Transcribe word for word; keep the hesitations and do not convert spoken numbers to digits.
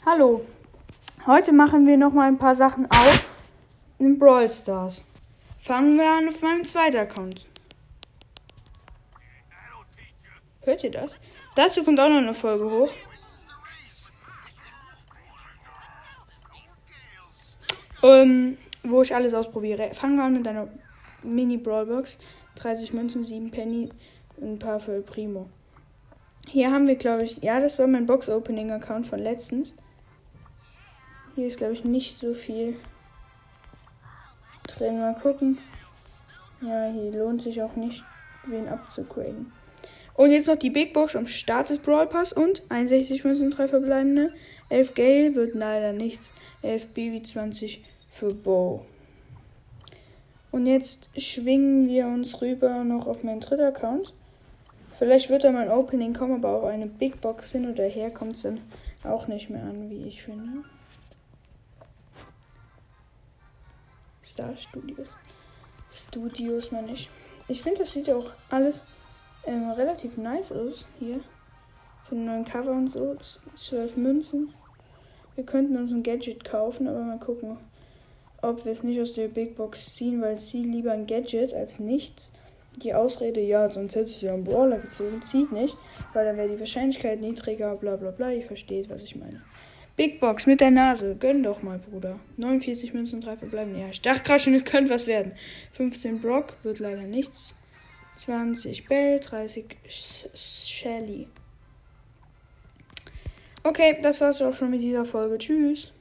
Hallo, heute machen wir noch mal ein paar Sachen auf in Brawl Stars. Fangen wir an auf meinem zweiten Account. Hört ihr das? Dazu kommt auch noch eine Folge hoch. Ähm, wo ich alles ausprobiere. Fangen wir an mit einer Mini-Brawlbox. dreißig Münzen, sieben Penny und ein paar für Primo. Hier haben wir, glaube ich, ja, das war mein Box-Opening-Account von letztens. Hier ist, glaube ich, nicht so viel drin. Mal gucken. Ja, hier lohnt sich auch nicht, wen abzugraden. Und jetzt noch die Big Box am Start des Brawl Pass und einundsechzig Münzen, drei verbleibende. elf Gale wird leider nichts. elf Baby, zwanzig für Bo. Und jetzt schwingen wir uns rüber noch auf meinen dritten Account. Vielleicht wird da mein Opening kommen, aber auch eine Big Box hin oder her kommt es dann auch nicht mehr an, wie ich finde. Star Studios. Studios, meine ich. Ich finde, das sieht ja auch alles ähm, relativ nice aus hier. Von neuen Cover und so. zwölf Münzen. Wir könnten uns ein Gadget kaufen, aber mal gucken, ob wir es nicht aus der Big Box ziehen, weil sie lieber ein Gadget als nichts. Die Ausrede, ja, sonst hättest du ja einen Brawler gezogen, zieht nicht, weil dann wäre die Wahrscheinlichkeit niedriger, bla bla bla. Ihr versteht, was ich meine. Big Box mit der Nase. Gönn doch mal, Bruder. neunundvierzig Münzen, drei verbleiben. Ja, ich dachte gerade schon, es könnte was werden. fünfzehn Brock, wird leider nichts. zwanzig Bell, dreißig Shelly. Okay, das war's auch schon mit dieser Folge. Tschüss.